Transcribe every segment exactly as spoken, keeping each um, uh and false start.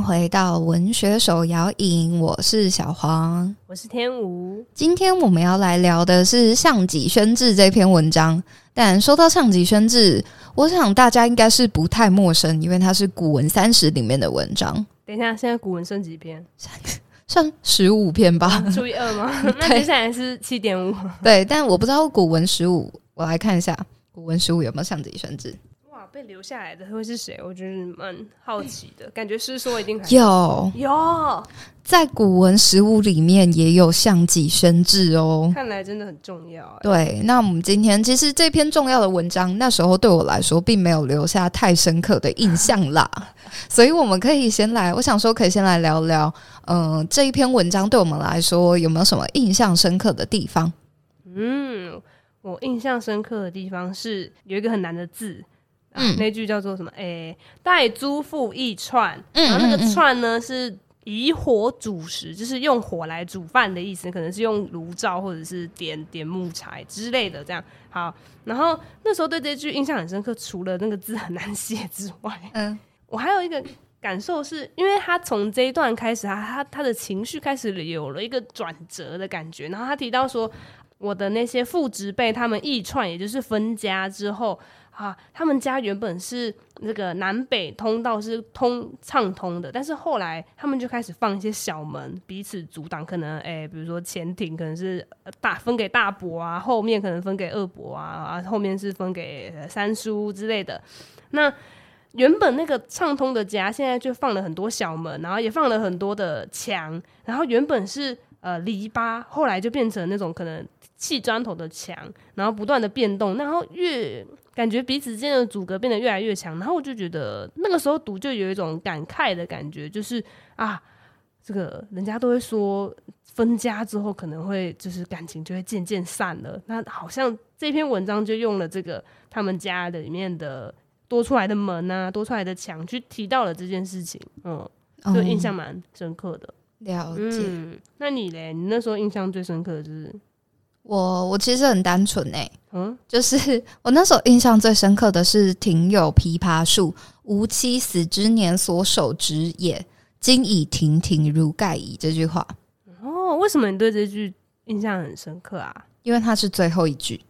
回到文学手摇饮，我是小黄， 我是天吴。 今天我们要来聊的是项脊轩志这篇文章，但说到项脊轩志，我想大家应该是不太陌生，因为它是古文三十里面的文章。 等一下，现在古文剩几篇？ 剩十五篇吧， 除以二吗？那接下来是七点五。 对，但我不知道古文十五，我来看一下古文十五有没有项脊轩志。 哇，被留下来的会是谁？我觉得蛮好奇的，感觉诗说一定还有有， 在古文十五里面也有项脊轩志哦。 看来真的很重要欸。 对，那我们今天其实这篇重要的文章，那时候对我来说并没有留下太深刻的印象啦，所以我们可以先来，我想说可以先来聊聊，嗯、呃，这一篇文章对我们来说有没有什么印象深刻的地方？ 嗯，我印象深刻的地方是有一个很难的字。嗯、啊，那句叫做什么？诶、欸，待租复一串，然后那个串呢是以火煮食，就是用火来煮饭的意思，可能是用炉灶或者是点点木材之类的这样。好，然后那时候对这句印象很深刻，除了那个字很难写之外，嗯，我还有一个感受是，因为他从这一段开始，他他他的情绪开始有了一个转折的感觉，然后他提到说，我的那些父执辈他们义串，也就是分家之后。啊，他们家原本是那个南北通道是通畅通的，但是后来他们就开始放一些小门，彼此阻挡。可能哎、欸，比如说前庭可能是大分给大伯啊，后面可能分给二伯啊，啊后面是分给三叔之类的。那原本那个畅通的家，现在就放了很多小门，然后也放了很多的墙，然后原本是呃篱笆，后来就变成那种可能砌砖头的墙，然后不断的变动，然后越感觉彼此之间的阻隔变得越来越强，然后我就觉得那个时候读就有一种感慨的感觉，就是啊，这个人家都会说分家之后可能会就是感情就会渐渐散了，那好像这篇文章就用了这个他们家的里面的多出来的门啊，多出来的墙去提到了这件事情，嗯，就印象蛮深刻的。 了解。 嗯，那你嘞？你那时候印象最深刻的就是我我其实很单纯诶、欸， 嗯， 就是我那时候印象最深刻的是庭有枇杷树，吾妻死之年所手植也，今已亭亭如盖矣这句话。 哦，为什么你对这句印象很深刻啊？ 因为它是最后一句。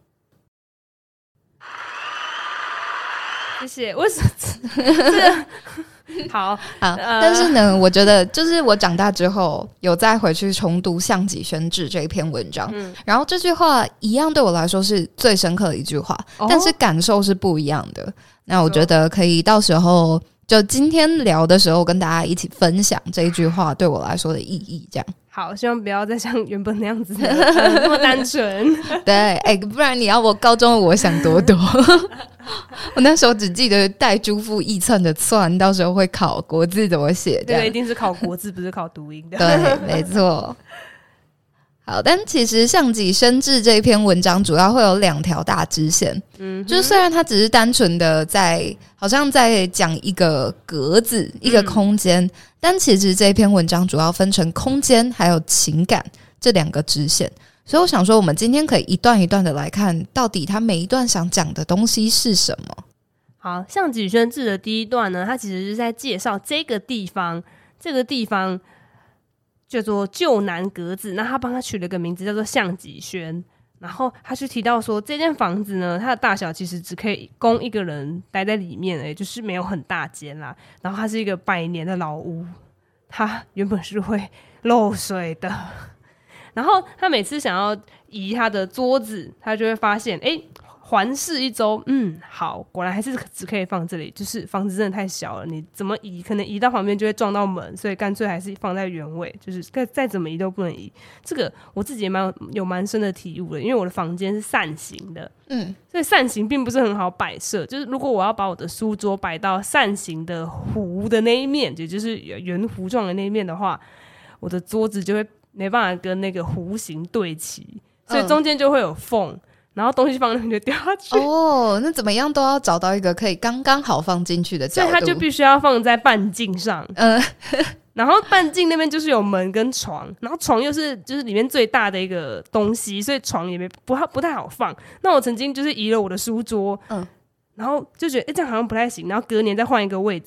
谢谢。为什么这个好好、呃，但是呢，我觉得就是我长大之后有再回去重读《项脊轩志》这一篇文章、嗯，然后这句话一样对我来说是最深刻的一句话、哦，但是感受是不一样的。那我觉得可以到时候就今天聊的时候跟大家一起分享这一句话对我来说的意义，这样。 好，希望不要再像原本那样子那么单纯。 对，哎、欸，不然你要我高中的我想多多。我那时候只记得带诸父一寸的寸，到时候会考国字怎么写。 这个一定是考国字，不是考读音的。 对，没错。好，但其实项脊轩志这一篇文章主要会有两条大支线，嗯，就是虽然它只是单纯的在好像在讲一个格子、嗯、一个空间，但其实这篇文章主要分成空间还有情感这两个支线，所以我想说我们今天可以一段一段的来看到底它每一段想讲的东西是什么。 好，项脊轩志的第一段呢，它其实是在介绍这个地方这个地方叫做旧南阁子，那他帮他取了个名字叫做项脊轩，然后他去提到说这间房子呢，它的大小其实只可以供一个人待在里面，也就是没有很大间啦，然后它是一个百年的老屋，它原本是会漏水的，然后他每次想要移他的桌子，他就会发现诶环视一周，嗯，好，果然还是只可以放这里，就是房子真的太小了，你怎么移，可能移到旁边就会撞到门，所以干脆还是放在原位，就是再再怎么移都不能移。这个我自己也蛮有蛮深的体悟的，因为我的房间是扇形的，嗯，所以扇形并不是很好摆设，就是如果我要把我的书桌摆到扇形的弧的那一面，也就是圆弧状的那一面的话，我的桌子就会没办法跟那个弧形对齐，所以中间就会有缝。嗯，然后东西放那边就掉下去哦，那怎么样都要找到一个可以刚刚好放进去的角度， 所以它就必须要放在半径上。嗯，然后半径那边就是有门跟床，然后床又是就是里面最大的一个东西，所以床也没不不太好放。那我曾经就是移了我的书桌，嗯，然后就觉得哎、欸、这样好像不太行，然后隔年再换一个位置，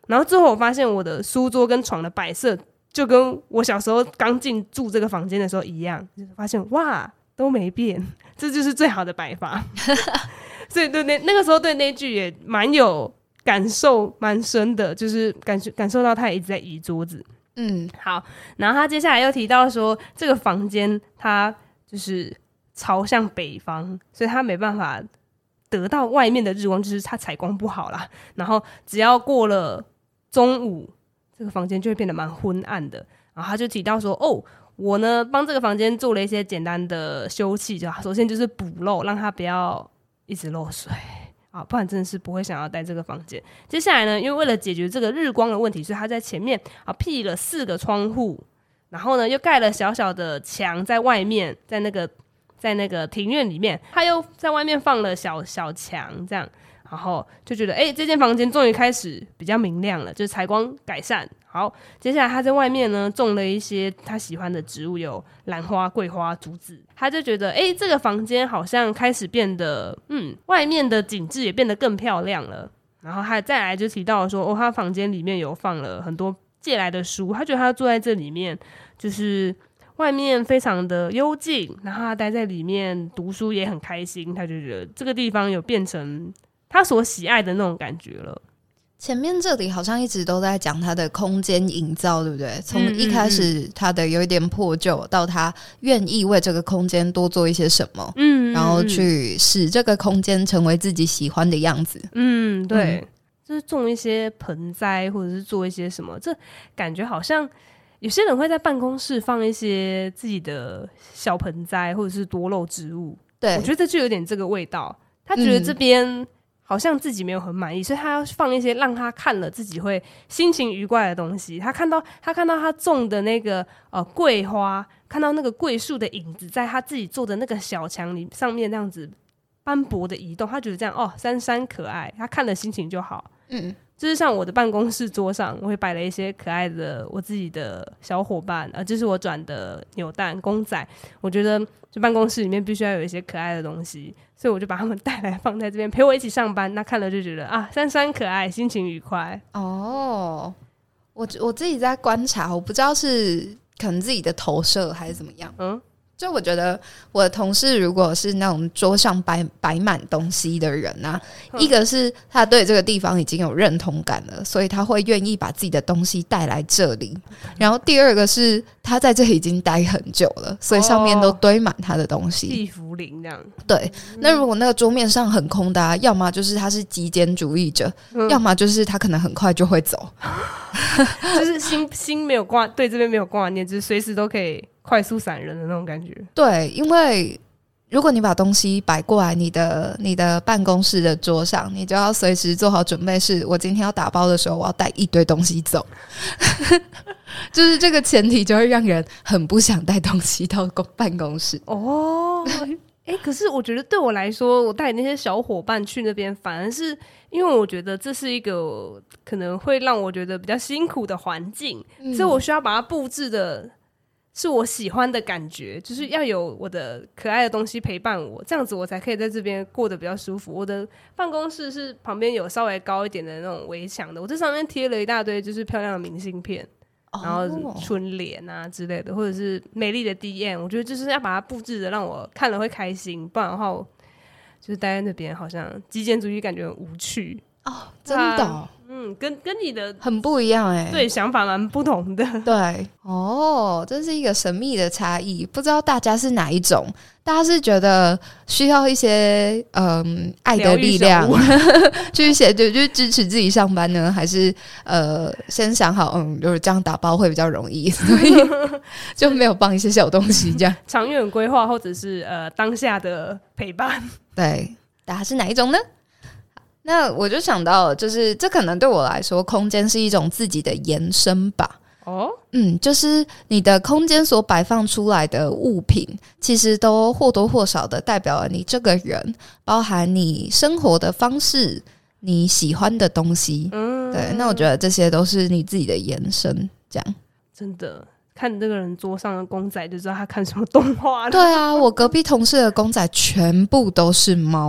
然后之后我发现我的书桌跟床的摆设就跟我小时候刚进住这个房间的时候一样，就发现哇都没变，这就是最好的摆法。所以对那那个时候对那句也蛮有感受蛮深的，就是感感受到他也一直在移桌子。嗯，好，然后他接下来又提到说这个房间他就是朝向北方，所以他没办法得到外面的日光，就是他采光不好啦，然后只要过了中午这个房间就会变得蛮昏暗的。然后他就提到说哦，我呢帮这个房间做了一些简单的修葺，就首先就是补漏，让它不要一直漏水啊，不然真的是不会想要待这个房间。接下来呢，因为为了解决这个日光的问题，所以他在前面啊辟了四个窗户，然后呢又盖了小小的墙在外面，在那个在那个庭院里面，他又在外面放了小小墙，这样，然后就觉得哎、欸，这间房间终于开始比较明亮了，就是采光改善。好，接下来他在外面呢种了一些他喜欢的植物，有兰花、桂花、竹子。他就觉得哎、欸，这个房间好像开始变得嗯，外面的景致也变得更漂亮了。然后他再来就提到说哦，他房间里面有放了很多借来的书，他觉得他坐在这里面就是外面非常的幽静，然后他待在里面读书也很开心，他就觉得这个地方有变成他所喜爱的那种感觉了。 前面这里好像一直都在讲他的空间营造，对不对？从一开始他的有一点破旧，到他愿意为这个空间多做一些什么，嗯，然后去使这个空间成为自己喜欢的样子。 嗯，对，嗯、就是种一些盆栽，或者是做一些什么，这感觉好像有些人会在办公室放一些自己的小盆栽，或者是多肉植物。对，我觉得这就有点这个味道。他觉得这边、嗯好像自己没有很满意，所以他要放一些让他看了自己会心情愉快的东西。他看到他看到他种的那个呃桂花，看到那个桂树的影子在他自己做的那个小墙里上面这样子斑驳的移动，他觉得这样哦珊珊可爱，他看了心情就好。嗯，就是像我的办公室桌上，我会摆了一些可爱的我自己的小伙伴，呃，这是我转的扭蛋公仔。我觉得就办公室里面必须要有一些可爱的东西。所以我就把他们带来放在这边陪我一起上班，那看了就觉得啊，珊珊可爱，心情愉快。 哦，我我自己在观察，我不知道是可能自己的投射还是怎么样。嗯，就我觉得我的同事如果是那种桌上摆摆满东西的人啊、嗯、一个是他对这个地方已经有认同感了，所以他会愿意把自己的东西带来这里，然后第二个是他在这里已经待很久了，所以上面都堆满他的东西， 地茯苓这样。 对，那如果那个桌面上很空的、啊、要么就是他是极简主义者、嗯、要么就是他可能很快就会走就是心心没有挂，对这边没有挂念，就是随时都可以快速闪人的那种感觉。 对，因为如果你把东西摆过来你的你的办公室的桌上，你就要随时做好准备，是我今天要打包的时候我要带一堆东西走就是这个前提就会让人很不想带东西到办公室。 哦欸，可是我觉得对我来说，我带那些小伙伴去那边反而是因为我觉得这是一个可能会让我觉得比较辛苦的环境、嗯、所以我需要把它布置的是我喜欢的感觉，就是要有我的可爱的东西陪伴我，这样子我才可以在这边过得比较舒服。我的办公室是旁边有稍微高一点的那种围墙的，我这上面贴了一大堆就是漂亮的明信片，然后春联啊之类的，或者是美丽的 D M， 我觉得就是要把它布置的让我看了会开心，不然的话我就是待在那边好像极简主义感觉很无趣哦，真的、哦、 嗯，跟跟你的很不一样哎、欸， 对，想法蛮不同的。 对，哦，这是一个神秘的差异，不知道大家是哪一种？大家是觉得需要一些嗯爱的力量去写，就去支持自己上班呢，还是呃先想好嗯，就是这样打包会比较容易，所以就没有放一些小东西这样。 长远规划或者是呃当下的陪伴， 对，大家是哪一种呢？那我就想到，就是这可能对我来说，空间是一种自己的延伸吧。哦，嗯，就是你的空间所摆放出来的物品，其实都或多或少的代表了你这个人，包含你生活的方式，你喜欢的东西。嗯，对，那我觉得这些都是你自己的延伸，这样。 真的。看这个人桌上的公仔就知道他看什么动画了。 对啊，我隔壁同事的公仔全部都是猫。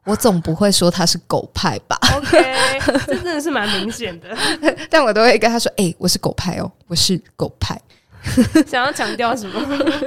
我总不会说他是狗派吧。 OK， 这真的是蛮明显的。 但我都会跟他说：“哎、欸，我是狗派哦，我是狗派。” 想要强调什么？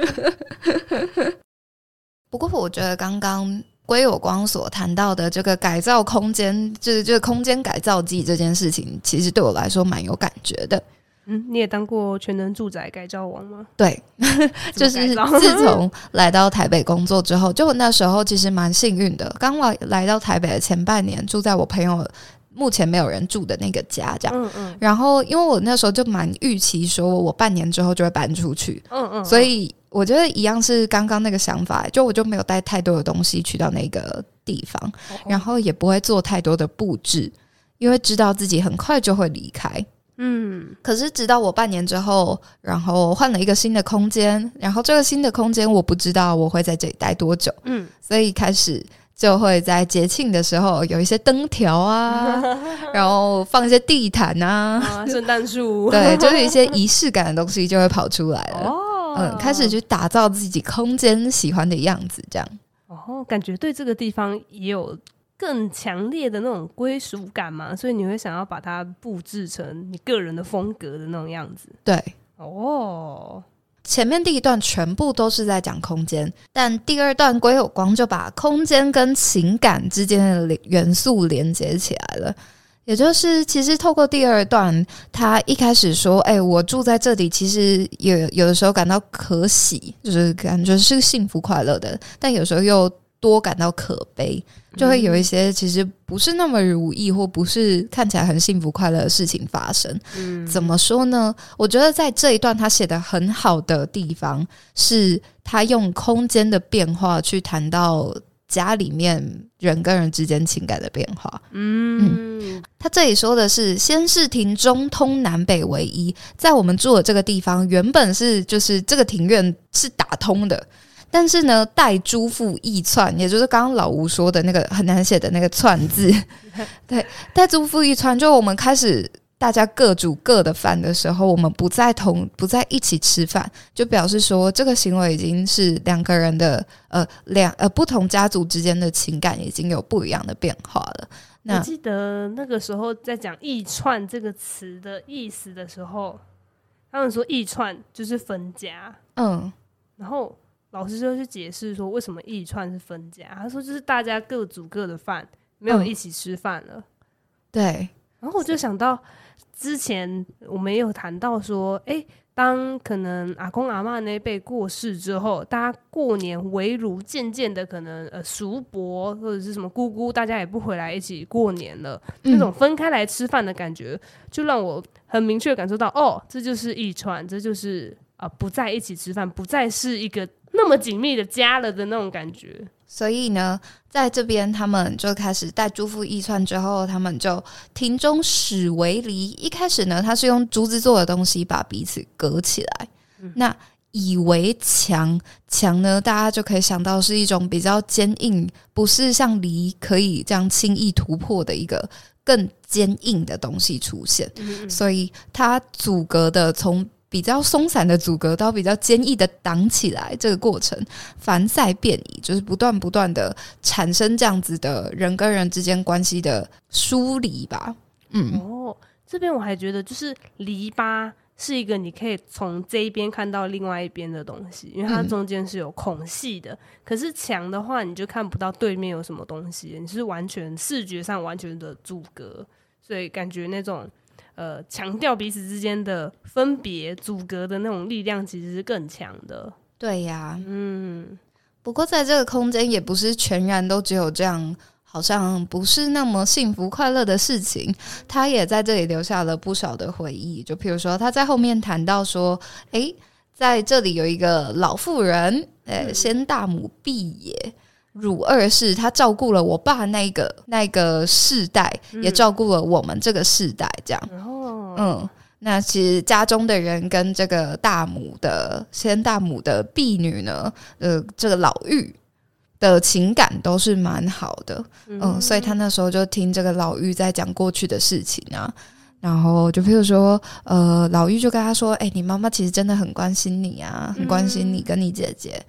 不过我觉得刚刚归有光所谈到的这个改造空间，就是这个空间改造剂这件事情，其实对我来说蛮有感觉的。 嗯，你也当过全能住宅改造王吗？ 对，就是自从来到台北工作之后，就我那时候其实蛮幸运的，刚来来到台北的前半年，住在我朋友目前没有人住的那个家，这样。嗯嗯。然后，因为我那时候就蛮预期说，我半年之后就会搬出去。嗯 嗯, 嗯。所以我觉得一样是刚刚那个想法，就我就没有带太多的东西去到那个地方，哦、然后也不会做太多的布置，因为知道自己很快就会离开。嗯。可是直到我半年之后，然后换了一个新的空间，然后这个新的空间我不知道我会在这里待多久。嗯。所以开始。就会在节庆的时候有一些灯条啊，然后放一些地毯啊， 圣诞树， 对，就是一些仪式感的东西就会跑出来了。哦，嗯，开始去打造自己空间喜欢的样子，这样。 哦，感觉对这个地方也有更强烈的那种归属感嘛，所以你会想要把它布置成你个人的风格的那种样子。 对， 哦。 前面第一段全部都是在讲空间，但第二段归有光就把空间跟情感之间的元素连接起来了。也就是其实透过第二段，他一开始说哎、欸，我住在这里其实有有的时候感到可喜，就是感觉是幸福快乐的，但有时候又多感到可悲，就会有一些其实不是那么如意或不是看起来很幸福快乐的事情发生。嗯，怎么说呢？我觉得在这一段他写得很好的地方是他用空间的变化去谈到家里面人跟人之间情感的变化。 嗯, 嗯他这里说的是先是庭中通南北为一，在我们住的这个地方原本是就是这个庭院是打通的，但是呢，待诸父易窜，也就是刚刚老吴说的那个很难写的那个窜字，对，待诸父易窜，就我们开始大家各煮各的饭的时候，我们不再同不再一起吃饭，就表示说这个行为已经是两个人的呃两呃不同家族之间的情感已经有不一样的变化了。那我记得那个时候在讲易窜这个词的意思的时候，他们说易窜就是分家，嗯，然后。老师就去解释说为什么易窜是分家，他说就是大家各煮各的饭，没有一起吃饭了、嗯、 对。 然后我就想到之前我们也有谈到说哎、欸，当可能阿公阿嬷那一辈过世之后，大家过年围炉，渐渐的可能呃叔伯或者是什么姑姑大家也不回来一起过年了、嗯、那种分开来吃饭的感觉就让我很明确感受到哦，这就是易窜，这就是呃不再一起吃饭，不再是一个那么紧密的家了的那种感觉。 所以呢在这边他们就开始待诸父易窜之后，他们就庭中始为篱。一开始呢他是用竹子做的东西把彼此隔起来、嗯、那以为墙，墙呢大家就可以想到是一种比较坚硬，不是像篱可以这样轻易突破的一个更坚硬的东西出现、嗯、所以它阻隔的从比较松散的阻隔到比较坚毅的挡起来，这个过程凡在变移，就是不断不断的产生这样子的人跟人之间关系的疏离吧。嗯， 哦，这边我还觉得就是篱笆是一个你可以从这一边看到另外一边的东西，因为它中间是有孔隙的、嗯、可是墙的话你就看不到对面有什么东西，你是完全视觉上完全的阻隔，所以感觉那种呃，强调彼此之间的分别阻隔的那种力量其实是更强的。 对呀，嗯。不过在这个空间也不是全然都只有这样，好像不是那么幸福快乐的事情，他也在这里留下了不少的回忆。就譬如说他在后面谈到说诶，在这里有一个老妇人，诶，先大母毕也汝二世，他照顾了我爸那个那个世代、嗯、也照顾了我们这个世代这样、哦、嗯，那其实家中的人跟这个大母的先大母的婢女呢呃，这个老妪的情感都是蛮好的。 嗯, 嗯，所以他那时候就听这个老妪在讲过去的事情啊，然后就譬如说呃，老妪就跟他说哎、欸，你妈妈其实真的很关心你啊，很关心你跟你姐姐，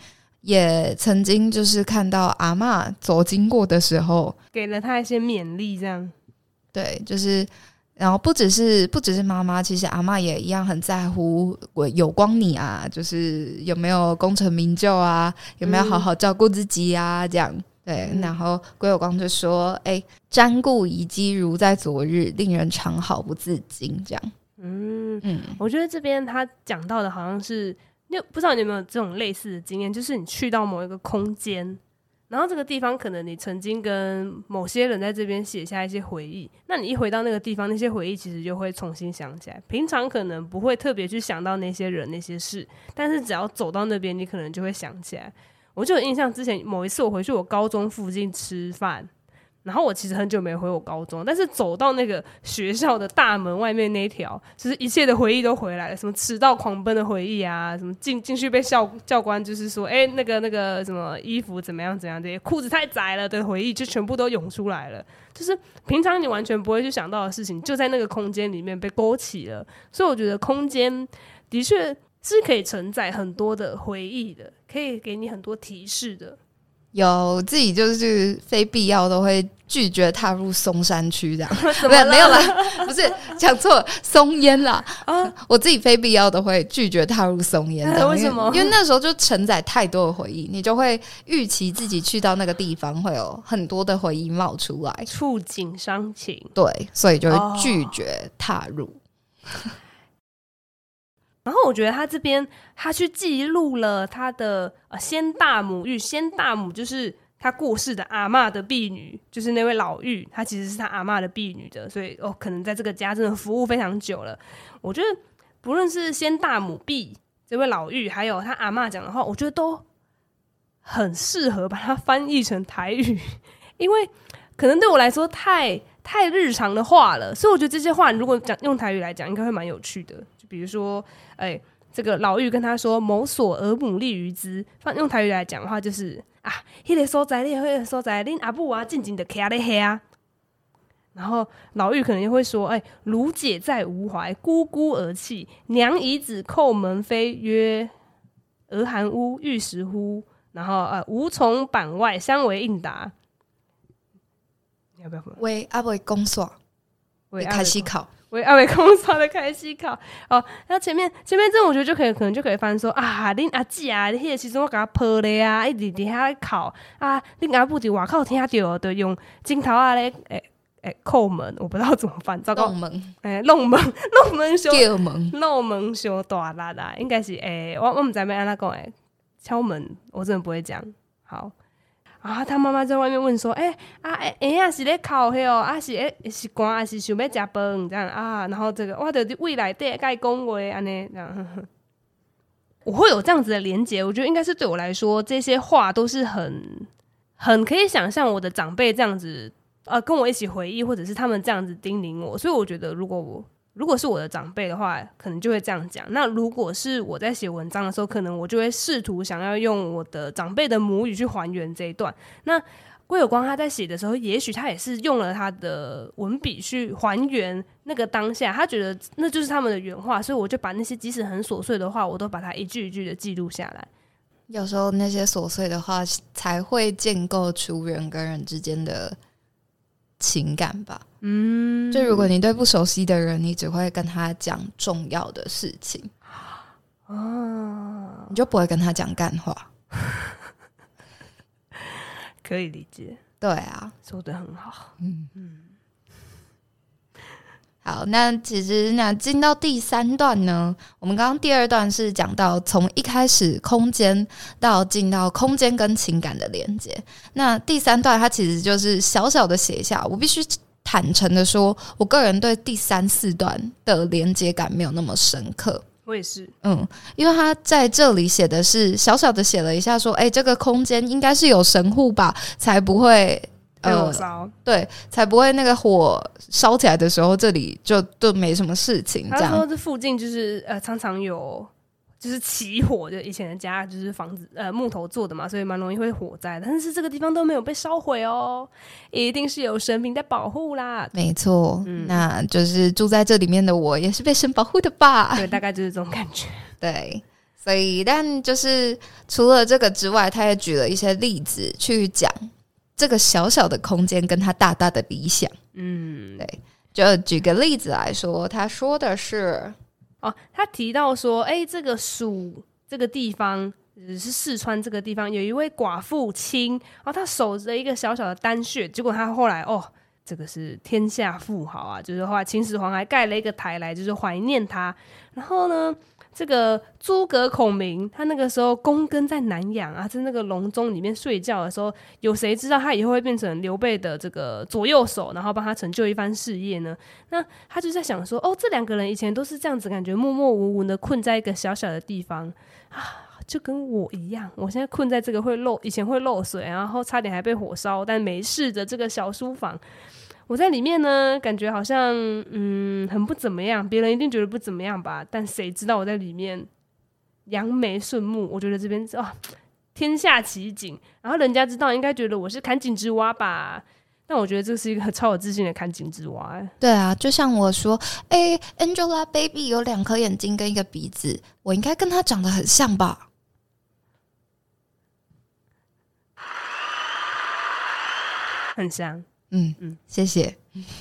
也曾经就是看到阿嬷走经过的时候， 给了他一些勉励，这样。 对，就是然后不只是不只是妈妈，其实阿嬷也一样很在乎我有光你啊，就是有没有功成名就啊，有没有好好照顾自己啊，这样。对，然后归有光就说：“哎，瞻顾遗迹如在昨日，令人常好不自禁。”这样， 嗯嗯，我觉得这边他讲到的好像是，你不知道你有没有这种类似的经验，就是你去到某一个空间，然后这个地方可能你曾经跟某些人在这边写下一些回忆，那你一回到那个地方，那些回忆其实就会重新想起来。平常可能不会特别去想到那些人那些事，但是只要走到那边，你可能就会想起来。我就有印象，之前某一次我回去我高中附近吃饭，然后我其实很久没回我高中，但是走到那个学校的大门外面那一条，就是一切的回忆都回来了，什么迟到狂奔的回忆啊，什么进进去被校教官就是说，哎、欸，那个那个什么衣服怎么样怎样，这些裤子太窄了的回忆就全部都涌出来了，就是平常你完全不会去想到的事情，就在那个空间里面被勾起了，所以我觉得空间的确是可以承载很多的回忆的，可以给你很多提示的。 有自己就是非必要都会拒绝踏入松山区这样，没有没有啦，不是讲错，松烟啦、啊。我自己非必要都会拒绝踏入松烟的、 啊，为什么？ 因为那时候就承载太多的回忆，你就会预期自己去到那个地方会有很多的回忆冒出来， 触景伤情。 对，所以就会拒绝踏入。哦然后我觉得他这边他去记录了他的呃先大母玉，先大母就是他过世的阿嬷的婢女，就是那位老妪，她其实是他阿嬷的婢女的，所以哦可能在这个家真的服务非常久了。我觉得不论是先大母婢这位老妪，还有他阿嬷讲的话，我觉得都很适合把它翻译成台语，因为可能对我来说太太日常的话了，所以我觉得这些话如果讲用台语来讲，应该会蛮有趣的。就比如说，哎、欸，这个老妪跟他说“某所儿母立于兹”，放用台语来讲的话，就是啊，迄、那个所在，那个所在，恁阿母啊，静静的徛咧遐。然后老妪可能就会说：“哎、欸，汝姐在吾怀，咕咕而泣。娘以子叩门扉，曰：‘儿寒屋，欲食乎？’然后呃，无从板外，相为应答。”你要不要回？ 喂，阿伯公耍，喂开西考。 为阿伟公司的开西考哦，那前面前面这我觉得就可以，可能就可以翻说啊，恁阿姊啊，迄个时阵我给他抱咧啊，一直伫遐考啊，恁阿母伫外口听到的用镜头啊咧，诶诶叩门，我不知道怎么翻，糟糕， 弄门， 诶弄门弄门小叫门， 弄门小大啦啦，应该是诶，我我唔知要安怎讲诶，敲门我真的不会讲，好。啊，他妈妈在外面问说：“哎、欸、啊，哎、欸、呀，是咧哭嘿哦，啊是诶是寒，还是想要食饭这样啊？”然后这个我的未来对该讲话安尼这样呵呵，我会有这样子的连结，我觉得应该是对我来说，这些话都是很很可以想象我的长辈这样子呃跟我一起回忆，或者是他们这样子叮咛我，所以我觉得如果我。如果是我的长辈的话，可能就会这样讲。那如果是我在写文章的时候，可能我就会试图想要用我的长辈的母语去还原这一段。那归有光他在写的时候，也许他也是用了他的文笔去还原那个当下，他觉得那就是他们的原话，所以我就把那些即使很琐碎的话，我都把它一句一句的记录下来。 有时候那些琐碎的话，才会建构出人跟人之间的情感吧。嗯，就如果你对不熟悉的人，你只会跟他讲重要的事情，哦，你就不会跟他讲干话。 可以理解， 对啊， 说得很好。嗯嗯， 好，那其实那进到第三段呢，我们刚刚第二段是讲到从一开始空间到进到空间跟情感的连接，那第三段它其实就是小小的写一下，我必须坦诚的说，我个人对第三四段的连接感没有那么深刻。 我也是， 嗯，因为他在这里写的是小小的写了一下说，哎、欸，这个空间应该是有神户吧，才不会呃烧， 对，才不会那个火烧起来的时候，这里就就没什么事情。这样， 他说这附近就是呃常常有。就是起火，就以前的家就是房子呃木头做的嘛，所以蛮容易会火灾的。但是这个地方都没有被烧毁哦，一定是有神明在保护啦。 没错，嗯，那就是住在这里面的我也是被神保护的吧？ 对，大概就是这种感觉。 对， 所以但就是除了这个之外，他也举了一些例子去讲这个小小的空间跟他大大的理想。嗯，对，就举个例子来说，他说的是哦，他提到说，哎、欸，这个蜀这个地方是四川这个地方有一位寡妇亲，然后他守着一个小小的丹穴，结果他后来哦，这个是天下富豪啊，就是后来秦始皇还盖了一个台来，就是怀念他。然后呢，这个诸葛孔明他那个时候躬耕在南阳啊，在那个隆中里面睡觉的时候，有谁知道他以后会变成刘备的这个左右手，然后帮他成就一番事业呢？那他就在想说，哦，这两个人以前都是这样子，感觉默默无闻的困在一个小小的地方啊，就跟我一样，我现在困在这个会漏以前会漏水，然后差点还被火烧但没事的这个小书房。我在里面呢，感觉好像嗯很不怎么样，别人一定觉得不怎么样吧，但谁知道我在里面扬眉顺目，我觉得这边哦天下奇景，然后人家知道应该觉得我是砍井之蛙吧，但我觉得这是一个超有自信的砍井之蛙。 对啊，就像我说，哎 ，Angelababy 有两颗眼睛跟一个鼻子，我应该跟她长得很像吧？ 很像。 嗯嗯，谢谢。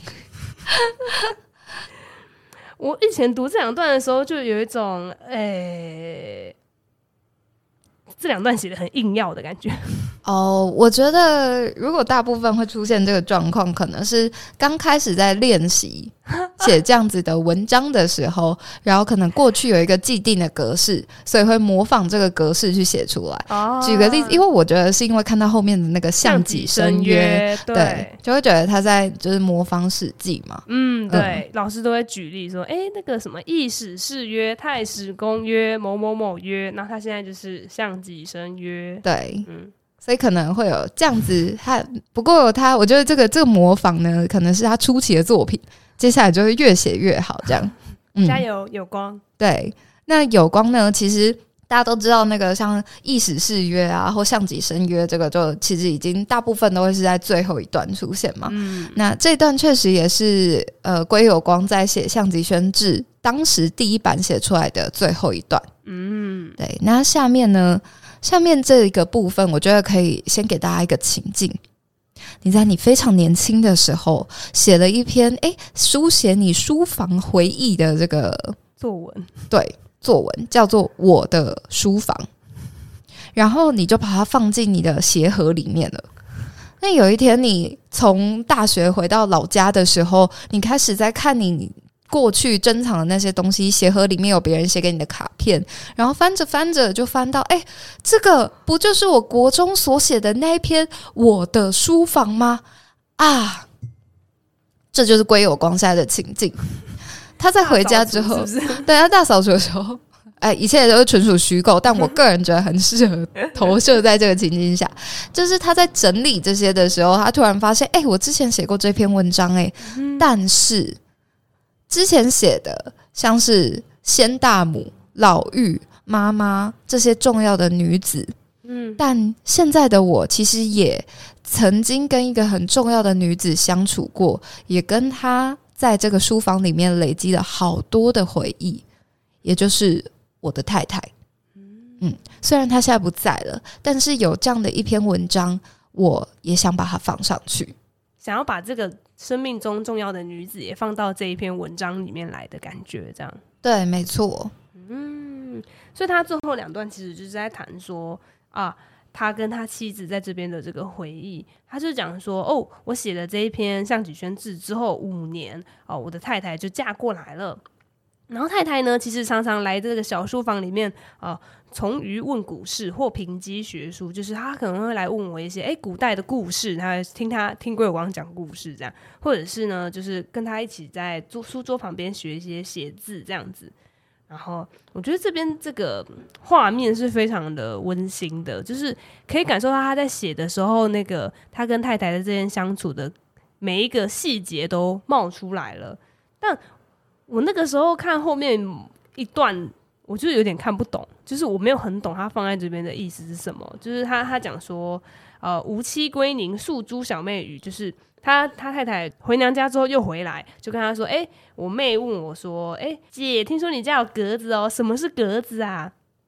我以前读这两段的时候，就有一种，诶、欸，这两段写的很硬要的感觉。 哦，我觉得如果大部分会出现这个状况，可能是刚开始在练习写这样子的文章的时候，然后可能过去有一个既定的格式，所以会模仿这个格式去写出来。哦、举个例子，因为我觉得是因为看到后面的那个项脊申约，对，对，就会觉得他在就是模仿史记嘛。 嗯，对，嗯、老师都会举例说，哎，那个什么易史是曰、太史公曰、某某某曰，那他现在就是项脊申约。 对，嗯。所以可能会有这样子，他不过他，我觉得这个这个模仿呢，可能是他初期的作品，接下来就会越写越好，这样。 嗯、加油，有光。 对，那有光呢，其实大家都知道，那个像易史是曰啊，或项脊申约，这个就其实已经大部分都会是在最后一段出现嘛。嗯，那这段确实也是呃，归有光在写《项脊轩志》当时第一版写出来的最后一段。嗯，对。那下面呢？下面这一个部分，我觉得可以先给大家一个情境：你在你非常年轻的时候，写了一篇诶书写你书房回忆的这个作文， 对，作文叫做《我的书房》，然后你就把它放进你的鞋盒里面了。那有一天，你从大学回到老家的时候，你开始在看你过去珍藏的那些东西，鞋盒里面有别人写给你的卡片，然后翻着翻着就翻到，哎，这个不就是我国中所写的那一篇《我的书房》吗？啊，这就是归有光现在的情境。他在回家之后，是不是对他大扫除的时候，哎，一切都是纯属虚构，但我个人觉得很适合投射在这个情境下。就是他在整理这些的时候，他突然发现，哎，我之前写过这篇文章，哎，嗯、但是。之前写的像是先大母、老妪、妈妈这些重要的女子，嗯，但现在的我其实也曾经跟一个很重要的女子相处过，也跟她在这个书房里面累积了好多的回忆，也就是我的太太。嗯，虽然她现在不在了，但是有这样的一篇文章，我也想把它放上去， 想要把这个生命中重要的女子也放到这一篇文章里面来的感觉，这样对，没错。 嗯，所以他最后两段其实就是在谈说啊，他跟他妻子在这边的这个回忆，他就讲说，哦，我写了这一篇《项脊轩志》之后五年，哦，我的太太就嫁过来了。然后太太呢，其实常常来这个小书房里面啊，从于问古事或评击学术，就是他可能会来问我一些哎古代的故事，他听他听归有光讲故事这样，或者是呢，就是跟他一起在桌书桌旁边学一些写字这样子。然后我觉得这边这个画面是非常的温馨的，就是可以感受到他在写的时候，那个他跟太太的这间相处的每一个细节都冒出来了，但我那个时候看后面一段，我就有点看不懂，就是我没有很懂他放在这边的意思是什么。就是他他讲说，呃，吾妻归宁，诉诸小妹语，就是他他太太回娘家之后又回来，就跟他说，哎、欸，我妹问我说，哎、欸，姐，听说你家有格子哦，什么是格子啊？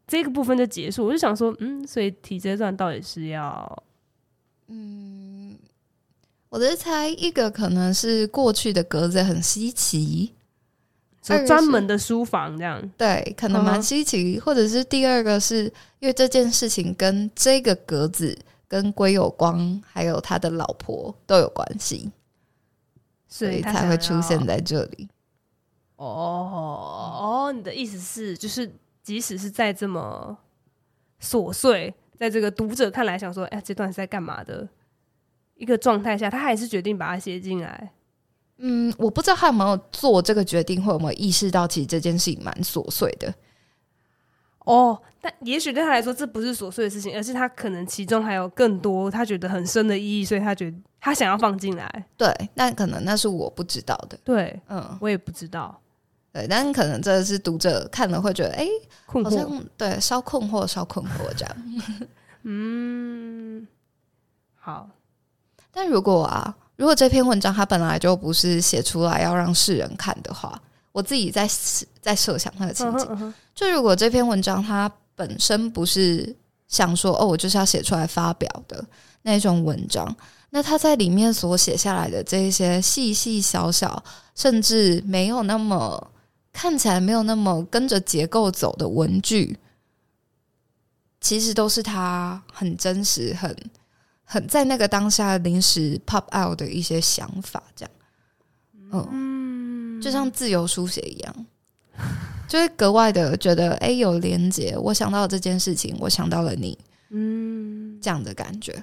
这个部分就结束。我就想说，嗯，所以提这段到底是要， 嗯，我在猜一个可能是过去的格子很稀奇， 就专门的书房这样， 对，可能蛮稀奇、嗯、或者是第二个是因为这件事情跟这个格子跟归有光还有他的老婆都有关系，所以才会出现在这里。 哦哦，你的意思是就是即使是在这么琐碎，在这个读者看来想说哎、欸，这段是在干嘛的一个状态下，他还是决定把它写进来。 嗯，我不知道他有没有做这个决定，或有没有意识到其实这件事情蛮琐碎的。 哦，但也许对他来说这不是琐碎的事情，而是他可能其中还有更多他觉得很深的意义，所以他觉得他想要放进来。 对，但可能那是我不知道的。 对，嗯，我也不知道。 对，但可能这是读者看了会觉得，哎、欸， 困惑， 好像对，稍困惑，稍困惑这样。 嗯，好。 但如果啊，如果这篇文章它本来就不是写出来要让世人看的话，我自己在在设想那个情景， uh-huh, uh-huh. 就如果这篇文章它本身不是想说哦，我就是要写出来发表的那种文章，那它在里面所写下来的这一些细细小小，甚至没有那么看起来没有那么跟着结构走的文句，其实都是它很真实很很在那个当下临时 pop out 的一些想法，这样，嗯，嗯就像自由书写一样，就会格外的觉得，哎、欸，有连结。我想到了这件事情，我想到了你，嗯，这样的感觉。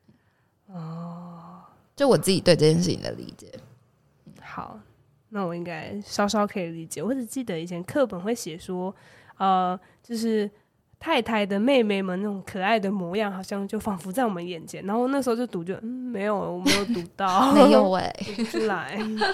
哦，就我自己对这件事情的理解。 好，那我应该稍稍可以理解。我只记得以前课本会写说，呃，就是太太的妹妹们那种可爱的模样，好像就仿佛在我们眼前。然后那时候就读就，嗯，没有，我没有读到， 没有哎、 欸，读不出来。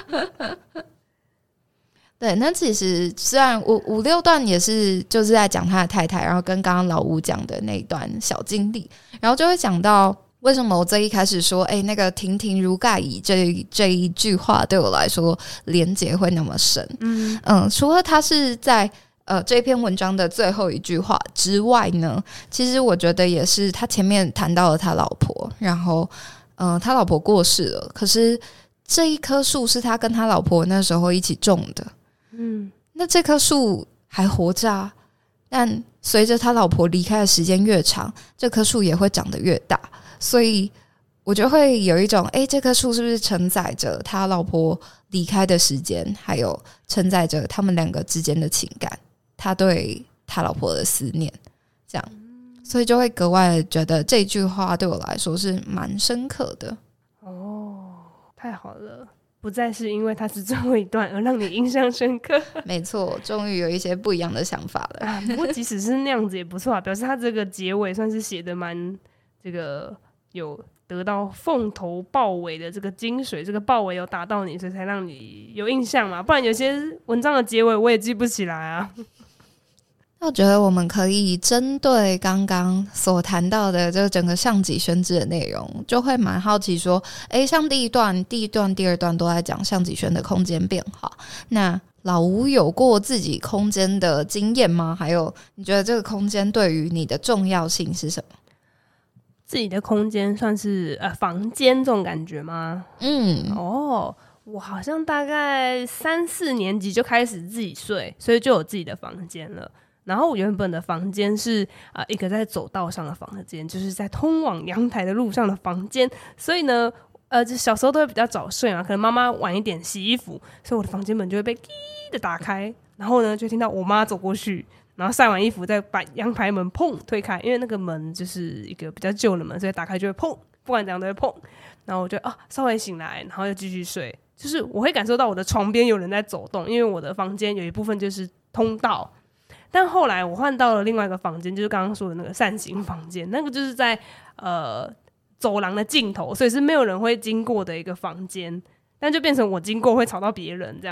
对，那其实虽然五五六段也是就是在讲他的太太，然后跟刚刚老吴讲的那一段小经历，然后就会讲到为什么我最一开始说，哎、欸，那个亭亭如盖矣这这一句话对我来说连结会那么深。嗯嗯，除了他是在呃这篇文章的最后一句话之外呢，其实我觉得也是他前面谈到了他老婆，然后嗯、呃，他老婆过世了，可是这一棵树是他跟他老婆那时候一起种的。嗯，那这棵树还活着啊，但随着他老婆离开的时间越长，这棵树也会长得越大，所以我就会有一种，哎、欸，这棵树是不是承载着他老婆离开的时间，还有承载着他们两个之间的情感，他对他老婆的思念，这样，所以就会格外觉得这句话对我来说是蛮深刻的。 哦，太好了。不再是因为它是最后一段而让你印象深刻。 没错，终于有一些不一样的想法了。 啊、不过即使是那样子也不错啊，表示它这个结尾算是写的蛮这个有得到凤头豹尾的这个精髓，这个豹尾有打到你，所以才让你有印象嘛。不然有些文章的结尾我也记不起来啊。 那我觉得我们可以针对刚刚所谈到的这整个上级宣制的内容，就会蛮好奇说，诶，像第一段、第一段、第二段都在讲上级宣的空间变化，那老吴有过自己空间的经验吗？还有你觉得这个空间对于你的重要性是什么？ 自己的空间算是呃房间这种感觉吗？嗯，哦，我好像大概三四年级就开始自己睡，所以就有自己的房间了。然后我原本的房间是、呃、一个在走道上的房间，就是在通往阳台的路上的房间，所以呢呃，就小时候都会比较早睡嘛，可能妈妈晚一点洗衣服，所以我的房间门就会被滴的打开，然后呢就听到我妈走过去，然后晒完衣服再把阳台门砰推开，因为那个门就是一个比较旧的门，所以打开就会砰，不管怎样都会砰，然后我就啊稍微醒来，然后又继续睡，就是我会感受到我的床边有人在走动，因为我的房间有一部分就是通道。但后来我换到了另外一个房间，就是刚刚说的那个扇形房间，那个就是在呃走廊的尽头，所以是没有人会经过的一个房间，但就变成我经过会吵到别人这样，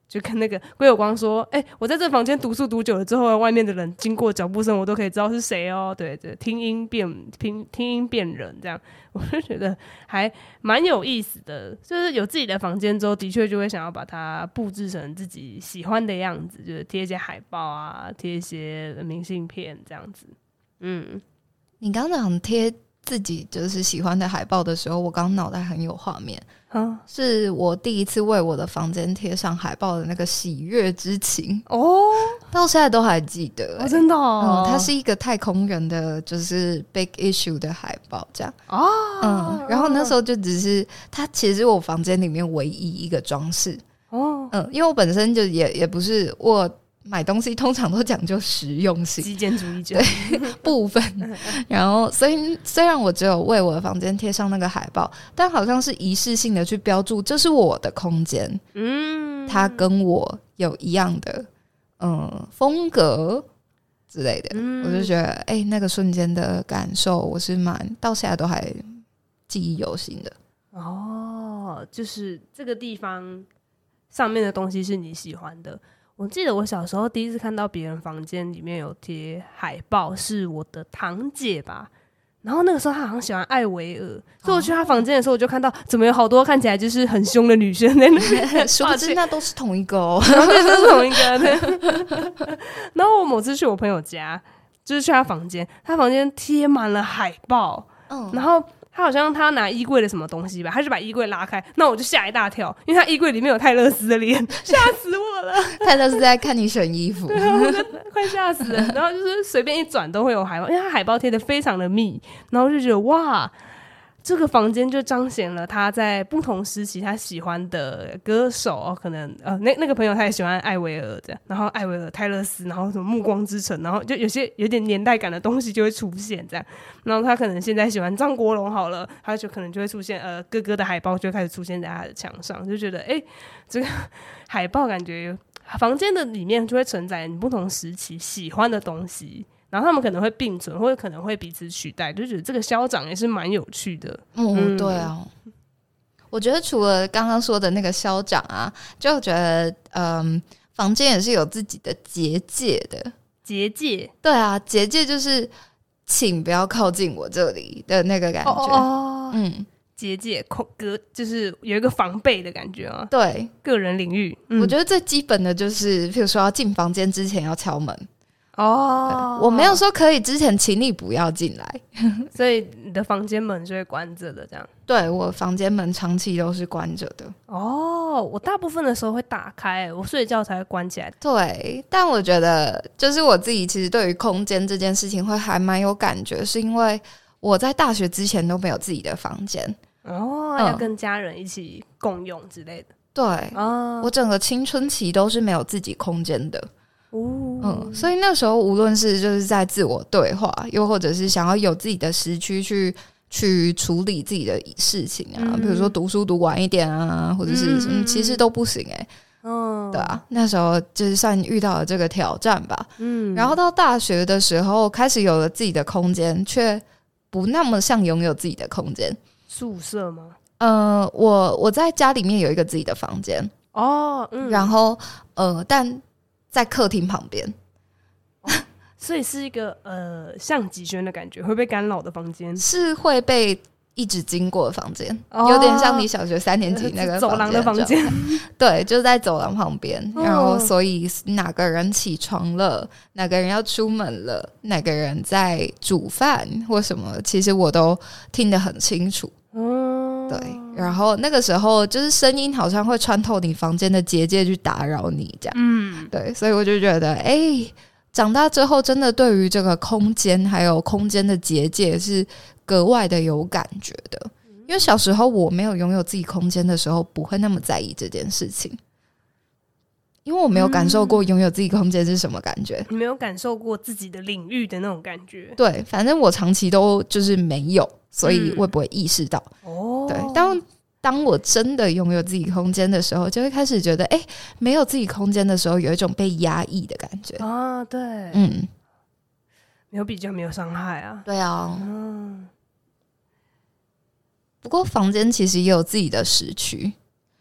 就跟那个归有光说，哎、欸，我在这房间读书读久了之后，外面的人经过脚步声，我都可以知道是谁哦。对对，听音辨听听音辨人，这样我就觉得还蛮有意思的。就是有自己的房间之后，的确就会想要把它布置成自己喜欢的样子，就是贴一些海报啊，贴一些明信片这样子。嗯， 你刚讲贴自己就是喜欢的海报的时候，我刚脑袋很有画面。嗯，是我第一次为我的房间贴上海报的那个喜悦之情哦，到现在都还记得、欸哦、真的哦、 嗯，它是一个太空人的就是 big issue 的海报这样哦，嗯，然后那时候就只是它其实是我房间里面唯一一个装饰哦，嗯，因为我本身就也也不是我买东西通常都讲究实用性， 极简主义者部分，然后所以虽然我只有为我的房间贴上那个海报，但好像是仪式性的去标注这是我的空间，嗯，它跟我有一样的嗯风格之类的，嗯、我就觉得哎、欸，那个瞬间的感受我是蛮到现在都还记忆犹新的。 哦，就是这个地方上面的东西是你喜欢的。我记得我小时候第一次看到别人房间里面有贴海报，是我的堂姐吧。然后那个时候她好像喜欢艾薇儿，所以我去她房间的时候，我就看到怎么有好多看起来就是很凶的女生在那边。 殊不知那都是同一个哦， 然后对，都是同一个。然后我某次去我朋友家，就是去她房间，她房间贴满了海报，嗯，然后。他好像他拿衣柜的什么东西吧，他就把衣柜拉开，那我就吓一大跳，因为他衣柜里面有泰勒斯的脸，吓死我了。 泰勒斯在看你选衣服， 对啊，我就快吓死了。然后就是随便一转都会有海报，因为他海报贴的非常的密，然后就觉得哇，这个房间就彰显了他在不同时期他喜欢的歌手，哦、可能呃那那个朋友他也喜欢艾薇儿这样，然后艾薇儿、泰勒斯，然后什么暮光之城，然后就有些有点年代感的东西就会出现这样。然后他可能现在喜欢张国荣好了，他就可能就会出现呃哥哥的海报就会开始出现在他的墙上，就觉得哎，这个海报感觉房间的里面就会承载你不同时期喜欢的东西。然后他们可能会并存，或者可能会彼此取代，就觉得这个消长也是蛮有趣的。 嗯，嗯对啊。我觉得除了刚刚说的那个消长啊，就觉得嗯，房间也是有自己的结界的。 结界？ 对啊，结界就是请不要靠近我这里的那个感觉。哦，哦嗯，结界空隔就是有一个防备的感觉啊。 对， 个人领域。 嗯、我觉得最基本的就是，譬如说要进房间之前要敲门。哦，我没有说可以之前请你不要进来， 所以你的房间门是会关着的这样。 对，我房间门长期都是关着的。 哦，我大部分的时候会打开，我睡觉才会关起来。 对，但我觉得就是我自己其实对于空间这件事情会还蛮有感觉，是因为我在大学之前都没有自己的房间哦、嗯，要跟家人一起共用之类的。 对、哦、我整个青春期都是没有自己空间的。哦、嗯，所以那时候无论是就是在自我对话，又或者是想要有自己的时区去去处理自己的事情啊，嗯、比如说读书读晚一点啊，或者是什么，其实都不行哎、欸。嗯，对啊，那时候就是算遇到了这个挑战吧。嗯，然后到大学的时候，开始有了自己的空间，却不那么像拥有自己的空间。 宿舍吗？ 呃，我我在家里面有一个自己的房间哦，嗯，然后呃，但。在客厅旁边、 哦，所以是一个呃像集轩的感觉，会被干扰的房间， 是会被一直经过的房间、哦，有点像你小学三年级那个走廊的房间， 对，就在走廊旁边、哦。然后，所以哪个人起床了，哪个人要出门了，哪个人在煮饭或什么，其实我都听得很清楚。嗯，对。然后那个时候就是声音好像会穿透你房间的结界去打扰你这样，嗯，对，所以我就觉得哎、欸，长大之后真的对于这个空间还有空间的结界是格外的有感觉的，因为小时候我没有拥有自己空间的时候不会那么在意这件事情，因为我没有感受过拥有自己空间是什么感觉、 嗯、你没有感受过自己的领域的那种感觉， 对，反正我长期都就是没有，所以我也不会意识到、嗯、哦，对，当当我真的拥有自己空间的时候，就会开始觉得哎、欸，没有自己空间的时候有一种被压抑的感觉啊，对， 嗯， 没有比较没有伤害啊， 对啊，嗯，不过房间其实也有自己的时区，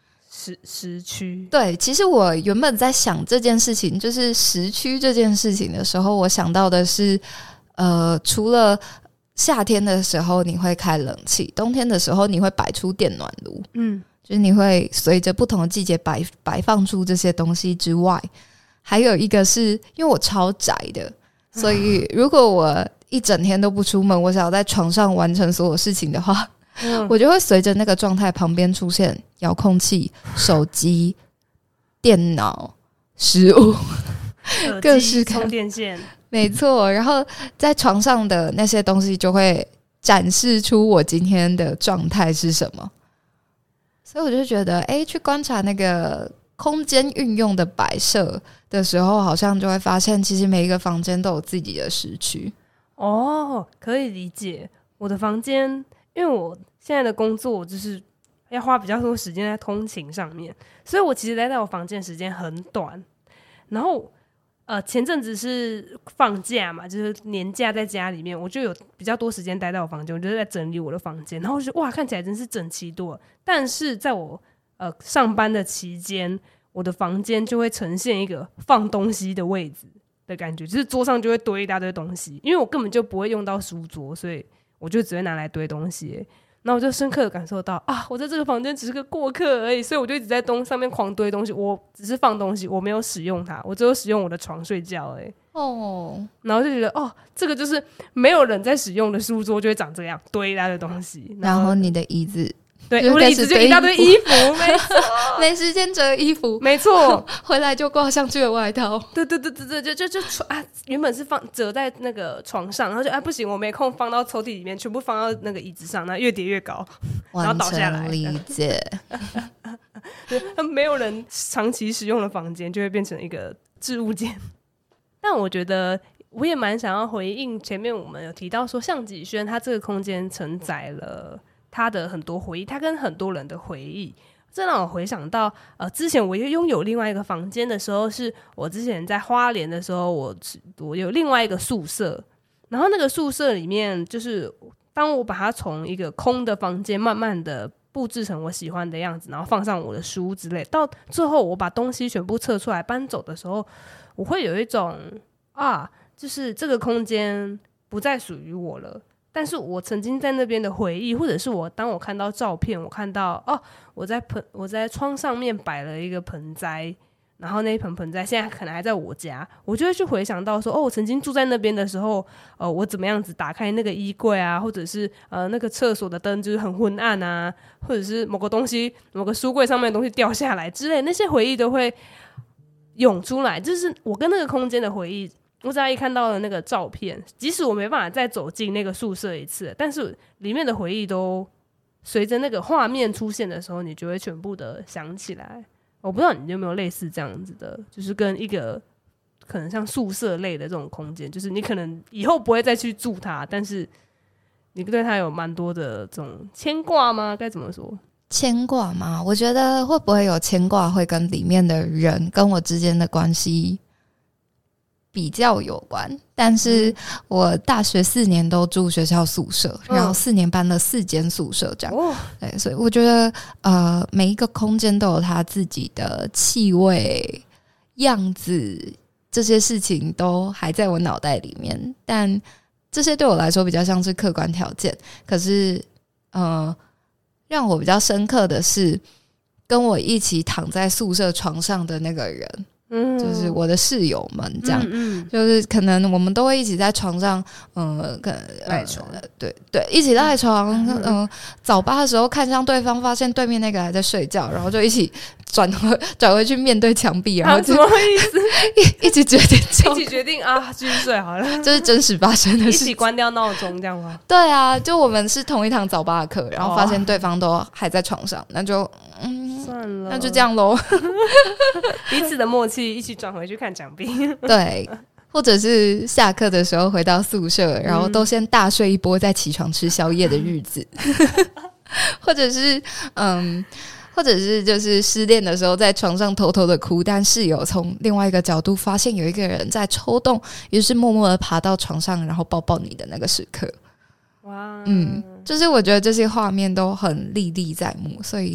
时时区。 对，其实我原本在想这件事情，就是时区这件事情的时候，我想到的是，呃，除了夏天的时候你会开冷气，冬天的时候你会摆出电暖炉，嗯，就是你会随着不同的季节摆摆放出这些东西之外，还有一个是因为我超宅的，所以如果我一整天都不出门，我想要在床上完成所有事情的话，嗯、我就会随着那个状态旁边出现遥控器、手机、电脑、食物、各式各充电线， 没错。然后在床上的那些东西就会展示出我今天的状态是什么。所以我就觉得，哎，去观察那个空间运用的摆设的时候，好像就会发现，其实每一个房间都有自己的时区。 哦，可以理解。我的房间，因为我现在的工作就是要花比较多时间在通勤上面，所以我其实待在我房间的时间很短。然后，呃，前阵子是放假嘛，就是年假在家里面，我就有比较多时间待在我房间，我就在整理我的房间，然后我就哇，看起来真是整齐多了。但是在我呃上班的期间，我的房间就会呈现一个放东西的位置的感觉，就是桌上就会堆一大堆东西，因为我根本就不会用到书桌，所以我就只会拿来堆东西。然后我就深刻的感受到啊，我在这个房间只是个过客而已，所以我就一直在东上面狂堆东西，我只是放东西，我没有使用它，我只有使用我的床睡觉而已。哦，然后就觉得哦，这个就是没有人在使用的书桌就会长这样，堆一大堆东西。 然后, 然后你的椅子。 对，我的椅子就一大堆衣服，没错， 没时间折衣服， 没错， 回来就挂上去的外套。 对对对对对，就就就啊，原本是放折在那个床上，然后就啊不行，我没空放到抽屉里面，全部放到那个椅子上，那越叠越高，然后倒下来。 理解。 没有人长期使用的房间就会变成一个置物间。但我觉得我也蛮想要回应前面我们有提到说，象几轩它这个空间承载了他的很多回忆，他跟很多人的回忆，这让我回想到，呃，之前我拥有另外一个房间的时候，是我之前在花莲的时候，我我有另外一个宿舍，然后那个宿舍里面，就是当我把它从一个空的房间慢慢的布置成我喜欢的样子，然后放上我的书之类，到最后我把东西全部撤出来搬走的时候，我会有一种啊，就是这个空间不再属于我了。但是我曾经在那边的回忆，或者是我当我看到照片，我看到哦，我在盆我在窗上面摆了一个盆栽，然后那一盆盆栽现在可能还在我家，我就会去回想到说，哦，我曾经住在那边的时候，呃，我怎么样子打开那个衣柜啊，或者是呃那个厕所的灯就是很昏暗啊，或者是某个东西某个书柜上面的东西掉下来之类，那些回忆都会涌出来，就是我跟那个空间的回忆。我只要一看到了那个照片，即使我没办法再走进那个宿舍一次，但是里面的回忆都随着那个画面出现的时候，你就会全部的想起来。我不知道你有没有类似这样子的，就是跟一个可能像宿舍类的这种空间，就是你可能以后不会再去住它，但是你对它有蛮多的这种牵挂吗？该怎么说？ 牵挂吗？我觉得会不会有牵挂，会跟里面的人跟我之间的关系比较有关，但是我大学四年都住学校宿舍，嗯、然后四年搬了四间宿舍这样、哦、对，所以我觉得呃，每一个空间都有它自己的气味样子，这些事情都还在我脑袋里面，但这些对我来说比较像是客观条件，可是呃，让我比较深刻的是跟我一起躺在宿舍床上的那个人，嗯，就是我的室友们这样，嗯嗯，就是可能我们都会一起在床上，嗯、呃，可能赖床， 呃、对对，一起赖床，嗯、呃，早八的时候看向对方，发现对面那个还在睡觉，然后就一起转回转回去面对墙壁，然后就、 啊、什么意思？ 一一起决定， 一起决定啊，继续睡好了， 这是真实发生的事， 一起关掉闹钟这样吗？ 对啊，就我们是同一堂早八的课，然后发现对方都还在床上，那就嗯， 算了， 那就这样咯。 彼此的默契，一起转回去看墙壁。 对，或者是下课的时候回到宿舍，然后都先大睡一波，再起床吃宵夜的日子，或者是嗯。或者是就是失恋的时候在床上偷偷的哭，但室友从另外一个角度发现有一个人在抽动，于是默默的爬到床上然后抱抱你的那个时刻。哇，嗯，就是我觉得这些画面都很历历在目，所以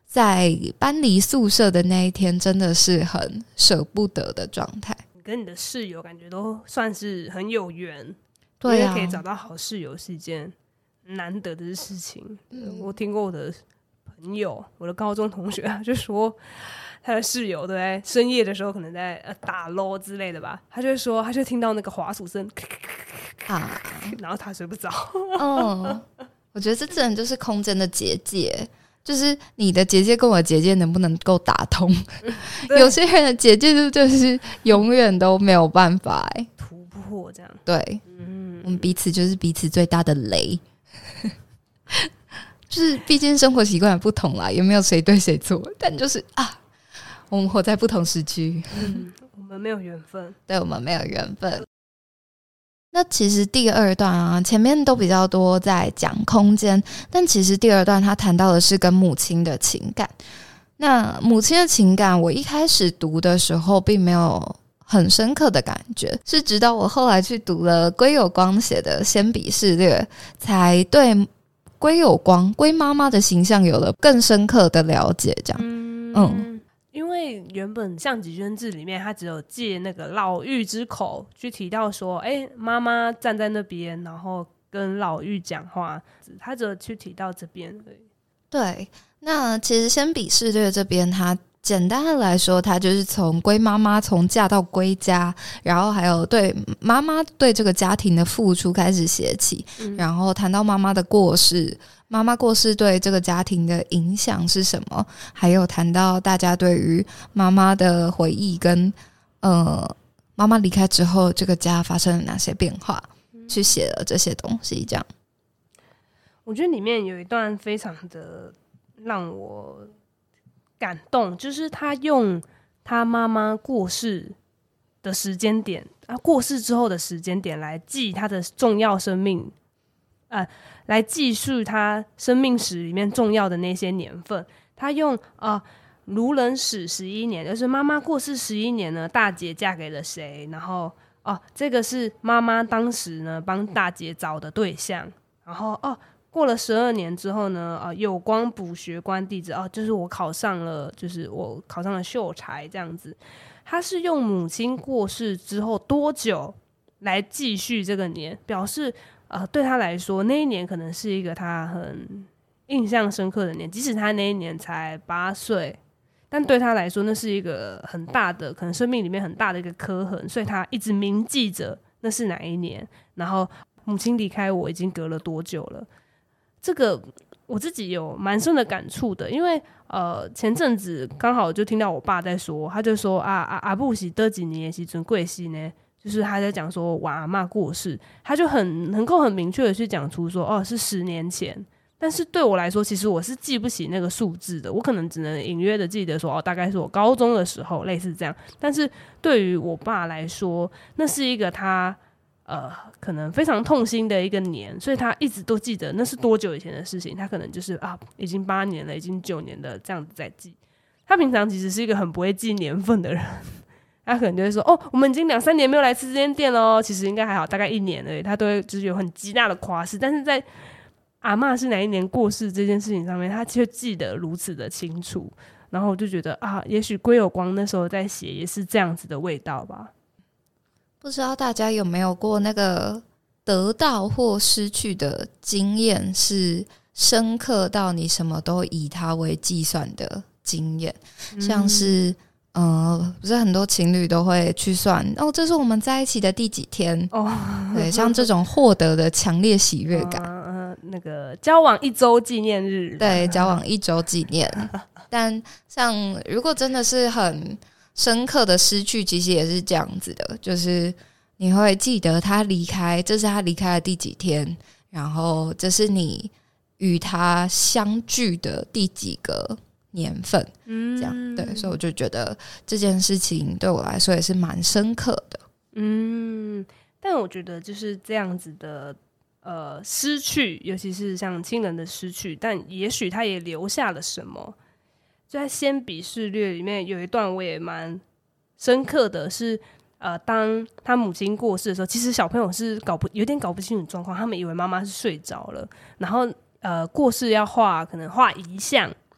在搬离宿舍的那一天真的是很舍不得的状态。 你跟你的室友感觉都算是很有缘， 对啊， 因为可以找到好室友是一件难得的事情、嗯、我听过我的朋友，我的高中同学他就说他的室友对不对，深夜的时候可能在、呃、打 L O L 之类的吧，他就说他就听到那个滑鼠声啊，然后他睡不着。 嗯，我觉得这真的就是空间的结界，就是你的结界跟我的结界能不能够打通？有些人的结界就就是永远都没有办法、欸、 突破这样。 对，嗯，我们彼此就是彼此最大的雷。就是毕竟生活习惯不同啦，也没有谁对谁错，但就是啊，我们活在不同时区、 嗯、我们没有缘分。 对，我们没有缘分。那其实第二段啊，前面都比较多在讲空间，但其实第二段他谈到的是跟母亲的情感。那母亲的情感，我一开始读的时候并没有很深刻的感觉，是直到我后来去读了归有光写的《先笔事略》，才对归有光龟妈妈的形象有了更深刻的了解。这样，嗯。嗯因为原本《项脊轩志》里面他只有借那个老妪之口去提到说，哎，妈妈站在那边然后跟老妪讲话，他只有去提到这边而已。 对，那其实《先笔事略》这边他简单的来说，他就是从龟妈妈从嫁到龟家，然后还有对妈妈对这个家庭的付出开始写起、嗯、然后谈到妈妈的过世，妈妈过世对这个家庭的影响是什么，还有谈到大家对于妈妈的回忆跟呃妈妈离开之后这个家发生了哪些变化、嗯、去写了这些东西。这样我觉得里面有一段非常的让我感动，就是他用他妈妈过世的时间点，他过世之后的时间点来记他的重要生命，呃，来记述他生命史里面重要的那些年份。他用呃卢人史十一年，就是妈妈过世十一年呢，大姐嫁给了谁？然后哦、呃，这个是妈妈当时呢帮大姐找的对象。然后哦。过了十二年之后呢，呃，有光补学官弟子，哦、呃，就是我考上了，就是我考上了秀才这样子。他是用母亲过世之后多久来继续这个年，表示呃，对他来说那一年可能是一个他很印象深刻的年，即使他那一年才八岁，但对他来说那是一个很大的，可能生命里面很大的一个刻痕，所以他一直铭记着那是哪一年，然后母亲离开我已经隔了多久了。这个我自己有蛮深的感触的，因为呃前阵子刚好就听到我爸在说，他就说啊啊阿布是得几年时阵过世呢，就是他在讲说我阿嬷过世，他就很能够很明确的去讲出说哦是十年前，但是对我来说其实我是记不起那个数字的，我可能只能隐约的记得说哦大概是我高中的时候类似这样，但是对于我爸来说那是一个他呃，可能非常痛心的一个年，所以他一直都记得那是多久以前的事情，他可能就是啊，已经八年了，已经九年了，这样子在记。他平常其实是一个很不会记年份的人，他可能就会说，哦，我们已经两三年没有来吃这间店了，其实应该还好，大概一年而已，他都会就是有很极大的夸饰，但是在阿嬷是哪一年过世这件事情上面，他却记得如此的清楚，然后我就觉得啊，也许归有光那时候在写也是这样子的味道吧。 不知道大家有没有过那个得到或失去的经验，是深刻到你什么都以它为计算的经验、嗯、像是呃，不是很多情侣都会去算哦，这是我们在一起的第几天哦，对，像这种获得的强烈喜悦感、 呃、那个交往一周纪念日， 对，交往一周纪念但像如果真的是很深刻的失去，其实也是这样子的，就是你会记得他离开，这是他离开的第几天，然后这是你与他相聚的第几个年份、嗯、这样，对，所以我就觉得这件事情对我来说也是蛮深刻的。 嗯，但我觉得就是这样子的呃失去，尤其是像亲人的失去，但也许他也留下了什么。就在《先笔事略》里面有一段我也蛮深刻的是，呃，当他母亲过世的时候，其实小朋友是搞不有点搞不清楚状况，他们以为妈妈是睡着了，然后呃过世要画可能画遗像，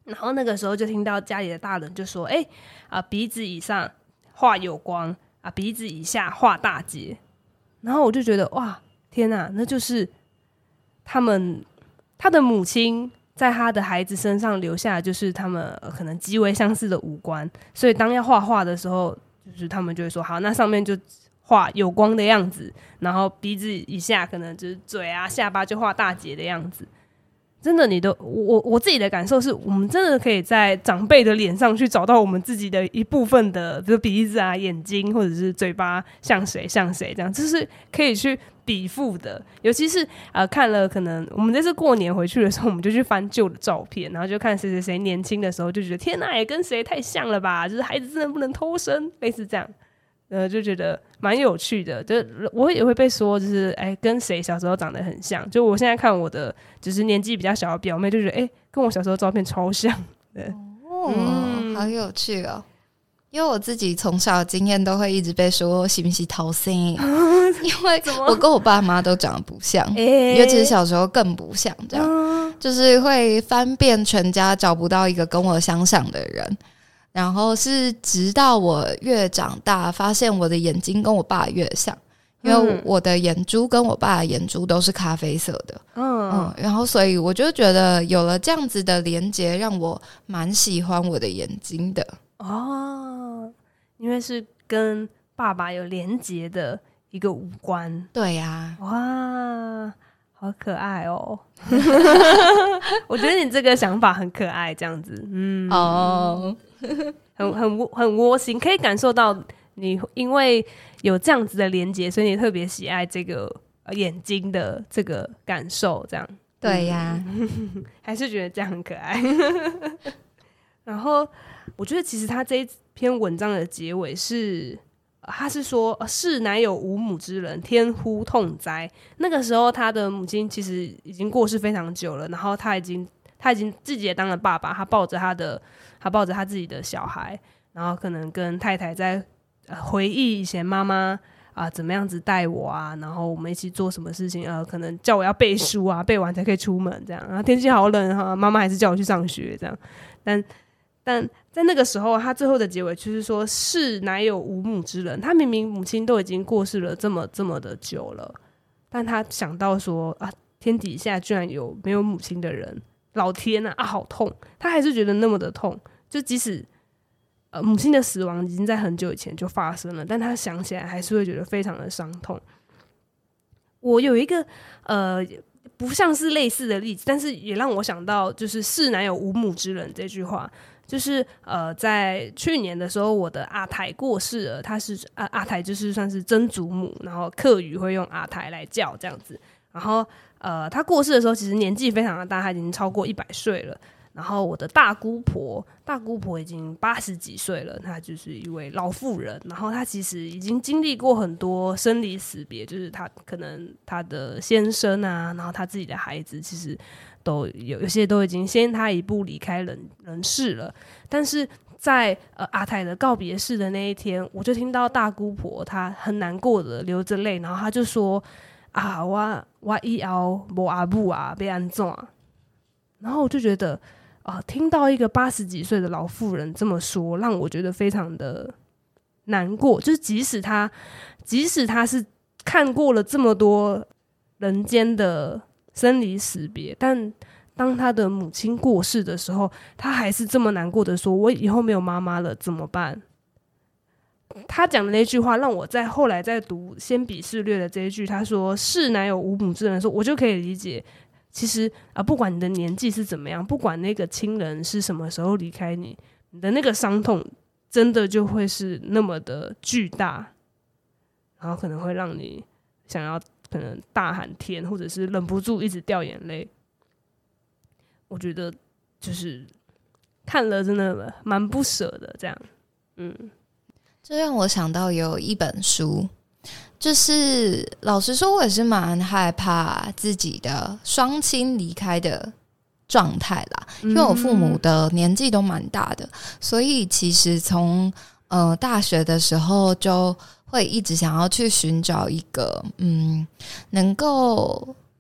然后那个时候就听到家里的大人就说：“哎、欸、啊，鼻子以上画有光啊，鼻子以下画大结。”然后我就觉得哇，天哪，那就是他们他的母亲在他的孩子身上留下的就是他们、呃、可能极为相似的五官，所以当要画画的时候，就是他们就会说好，那上面就画有光的样子，然后鼻子以下可能就是嘴啊下巴就画大结的样子。真的，你都我我自己的感受是，我们真的可以在长辈的脸上去找到我们自己的一部分的，比如鼻子啊、眼睛或者是嘴巴像谁像谁这样，这是可以去比附的。尤其是呃看了，可能我们这次过年回去的时候，我们就去翻旧的照片，然后就看谁谁谁年轻的时候，就觉得天哪，也跟谁太像了吧？就是孩子真的不能偷生，类似这样。呃，就觉得蛮有趣的，就我也会被说，就是哎、欸，跟谁小时候长得很像。就我现在看我的，就是年纪比较小的表妹，就觉得哎、欸，跟我小时候照片超像。对， 哦、嗯，好有趣哦。因为我自己从小的经验都会一直被说是不是偷生，因为我跟我爸妈都长得不像，欸、尤其是小时候更不像，这样、嗯、就是会翻遍全家找不到一个跟我相像的人。然后是直到我越长大，发现我的眼睛跟我爸越像，因为我的眼珠跟我爸的眼珠都是咖啡色的，嗯, 嗯然后所以我就觉得有了这样子的连结，让我蛮喜欢我的眼睛的。 哦，因为是跟爸爸有连结的一个五官。 对呀、啊， 哇，好可爱哦！我觉得你这个想法很可爱，这样子，嗯，哦，很很很窝心，可以感受到你因为有这样子的连结，所以你特别喜爱这个眼睛的这个感受，这样。 对呀、啊嗯，还是觉得这样很可爱。然后，我觉得其实他这一篇文章的结尾是。他是说是乃有无母之人，天呼痛哉。那个时候他的母亲其实已经过世非常久了，然后他已经他已经自己也当了爸爸，他抱着他的他抱着他自己的小孩，然后可能跟太太在、呃、回忆以前妈妈啊怎么样子带我啊，然后我们一起做什么事情，呃，可能叫我要背书啊，背完才可以出门这样，然后天气好冷哈，妈妈还是叫我去上学这样，但但在那个时候，他最后的结尾就是说是乃有无母之人，他明明母亲都已经过世了这么这么的久了，但他想到说啊，天底下居然有没有母亲的人，老天啊啊好痛，他还是觉得那么的痛，就即使呃母亲的死亡已经在很久以前就发生了，但他想起来还是会觉得非常的伤痛。我有一个呃不像是类似的例子，但是也让我想到就是是乃有无母之人这句话，就是呃，在去年的时候，我的阿台过世了，他是啊阿台就是算是曾祖母，然后客语会用阿台来叫这样子。然后呃，他过世的时候其实年纪非常的大，他已经超过一百岁了。然后我的大姑婆，大姑婆已经八十几岁了，她就是一位老妇人。然后她其实已经经历过很多生离死别，就是她可能她的先生啊，然后她自己的孩子，其实。都有有些都已经先他一步离开人人世了，但是在呃阿泰的告别式的那一天，我就听到大姑婆她很难过的流着泪，然后她就说啊，我我以后没阿母啊，要安怎？然后我就觉得啊、呃，听到一个八十几岁的老妇人这么说，让我觉得非常的难过。就是即使她即使她是看过了这么多人间的。生离死别，但当他的母亲过世的时候，他还是这么难过的说：“我以后没有妈妈了，怎么办？”他讲的那句话，让我在后来在读《先笔事略》的这一句，他说“是乃有无母之人”的时候，我就可以理解，其实啊、呃，不管你的年纪是怎么样，不管那个亲人是什么时候离开你，你的那个伤痛真的就会是那么的巨大，然后可能会让你想要。可能大喊天，或者是忍不住一直掉眼泪。我觉得就是看了真的蛮不舍的，这样，嗯， 这让我想到有一本书，就是老实说，我也是蛮害怕自己的双亲离开的状态啦，因为我父母的年纪都蛮大的，所以其实从呃大学的时候就。会一直想要去寻找一个嗯，能够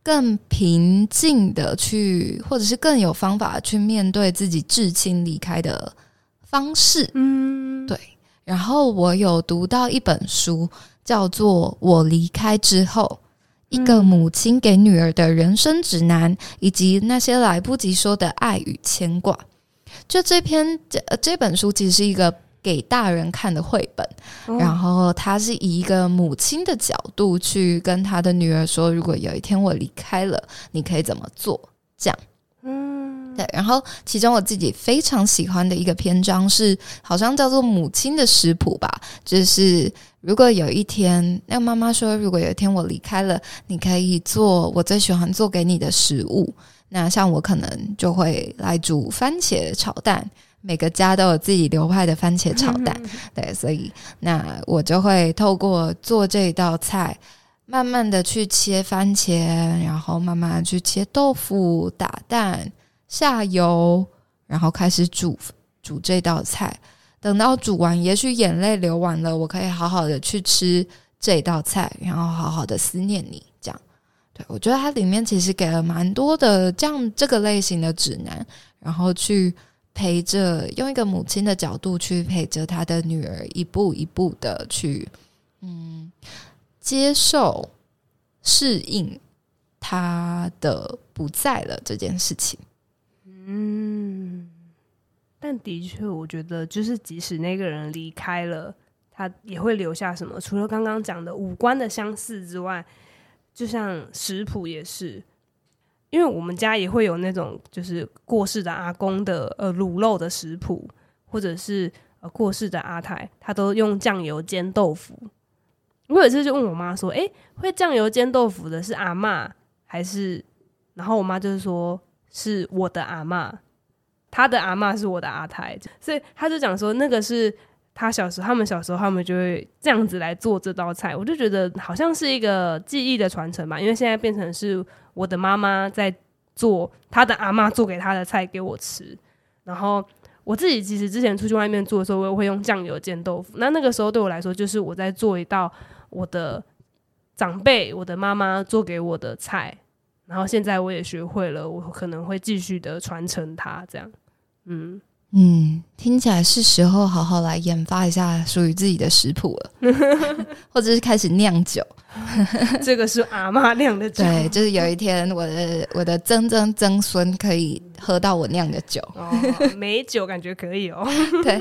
更平静的去，或者是更有方法去面对自己至亲离开的方式。嗯，对。然后我有读到一本书，叫做《我离开之后》，一个母亲给女儿的人生指南，以及那些来不及说的爱与牵挂。就这篇这这本书其实是一个给大人看的绘本，哦，然后他是以一个母亲的角度去跟他的女儿说，如果有一天我离开了，你可以怎么做，这样。嗯，对。然后其中我自己非常喜欢的一个篇章是好像叫做母亲的食谱吧，就是如果有一天那妈妈说，如果有一天我离开了，你可以做我最喜欢做给你的食物。那像我可能就会来煮番茄炒蛋，每个家都有自己流派的番茄炒蛋，对，所以那我就会透过做这一道菜，慢慢的去切番茄，然后慢慢的去切豆腐、打蛋、下油，然后开始煮煮这道菜。等到煮完，也许眼泪流完了，我可以好好的去吃这道菜，然后好好的思念你，这样。对，我觉得它里面其实给了蛮多的这样这个类型的指南，然后去陪着，用一个母亲的角度去陪着她的女儿一步一步的去嗯接受适应她的不在了这件事情。 嗯，但的确我觉得就是即使那个人离开了，他也会留下什么，除了刚刚讲的五官的相似之外，就像食谱也是，因为我们家也会有那种就是过世的阿公的呃卤肉的食谱，或者是呃过世的阿太，他都用酱油煎豆腐。我有一次就问我妈说，诶，会酱油煎豆腐的是阿嬷还是？然后我妈就是说是我的阿嬷，她的阿嬷是我的阿太，所以她就讲说那个是他小时候，他们小时候他们就会这样子来做这道菜，我就觉得好像是一个记忆的传承吧，因为现在变成是我的妈妈在做她的阿嬷做给她的菜给我吃，然后我自己其实之前出去外面做的时候，我也会用酱油煎豆腐，那那个时候对我来说就是我在做一道我的长辈我的妈妈做给我的菜，然后现在我也学会了，我可能会继续的传承它这样。嗯嗯，听起来是时候好好来研发一下属于自己的食谱了或者是开始酿酒这个是阿嬷酿的酒， 对，就是有一天我的我的曾曾曾孙可以喝到我酿的酒哦，美酒感觉可以哦对。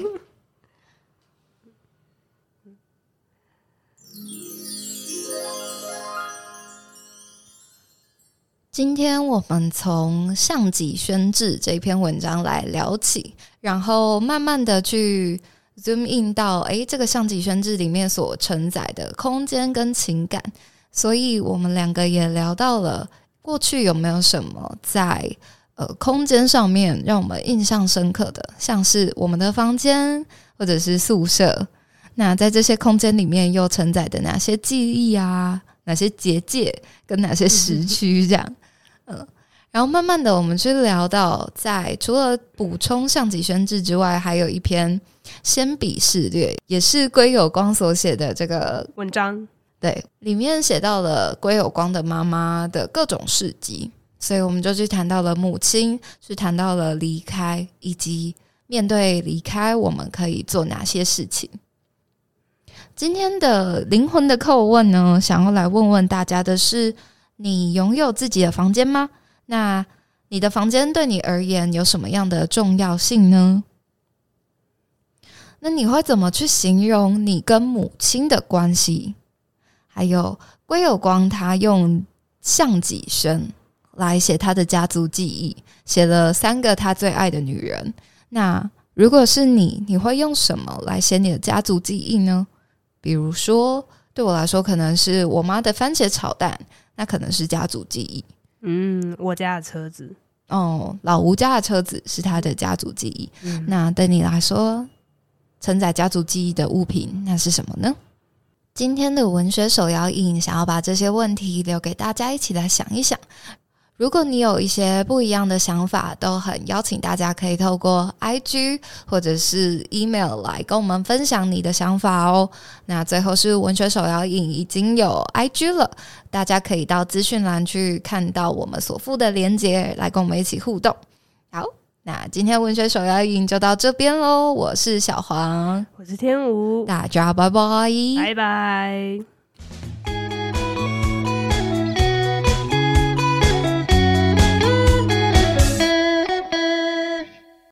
今天我们从项脊轩志这篇文章来聊起，然后慢慢的去 zoom in 到诶这个项脊轩志里面所承载的空间跟情感，所以我们两个也聊到了过去有没有什么在呃空间上面让我们印象深刻的，像是我们的房间或者是宿舍，那在这些空间里面又承载的哪些记忆啊，哪些结界跟哪些时区这样。嗯，然后慢慢的我们去聊到在除了补充项脊轩志之外，还有一篇先笔事略，也是归有光所写的这个文章， 对，里面写到了归有光的妈妈的各种事迹，所以我们就去谈到了母亲，去谈到了离开，以及面对离开我们可以做哪些事情。今天的灵魂的叩问呢，想要来问问大家的是，你拥有自己的房间吗？那你的房间对你而言有什么样的重要性呢？那你会怎么去形容你跟母亲的关系？还有归有光他用项脊轩来写他的家族记忆，写了三个他最爱的女人。那如果是你，你会用什么来写你的家族记忆呢？比如说对我来说可能是我妈的番茄炒蛋，那可能是家族记忆。 嗯，我家的车子哦，老吴家的车子是他的家族记忆。嗯，那对你来说承载家族记忆的物品那是什么呢？今天的文学手摇饮想要把这些问题留给大家一起来想一想。 如果你有一些不一样的想法，都很邀请大家可以透过 I G 或者是 email 来跟我们分享你的想法哦。那最后是文学手摇饮已经有 I G 了，大家可以到资讯栏去看到我们所附的连结，来跟我们一起互动。好，那今天文学手摇饮就到这边咯，我是小黄， 我是天吴， 大家拜拜， 拜拜。